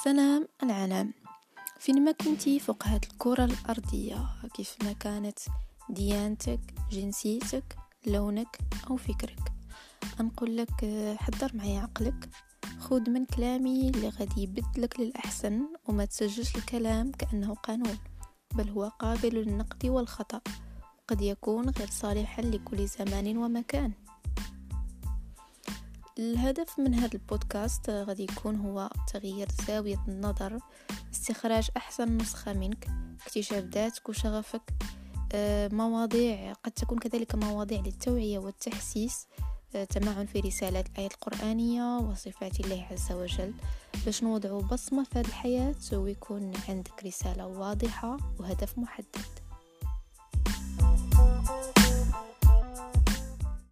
سلام العالم. فينما كنتي فوق هاد الكرة الأرضية، كيف ما كانت ديانتك، جنسيتك، لونك أو فكرك، أنقول لك حضر معايا عقلك، خذ من كلامي اللي غادي يبدلك للأحسن، وما تسجلش الكلام كأنه قانون، بل هو قابل للنقد والخطأ، قد يكون غير صالحا لكل زمان ومكان. الهدف من هذا البودكاست غادي يكون هو تغيير زاوية النظر، استخراج أحسن نسخة منك، اكتشاف ذاتك وشغفك، مواضيع قد تكون كذلك مواضيع للتوعية والتحسيس، تمعن في رسالة الآية القرآنية وصفات الله عز وجل، باش نوضع بصمة في هذه الحياة ويكون عندك رسالة واضحة وهدف محدد.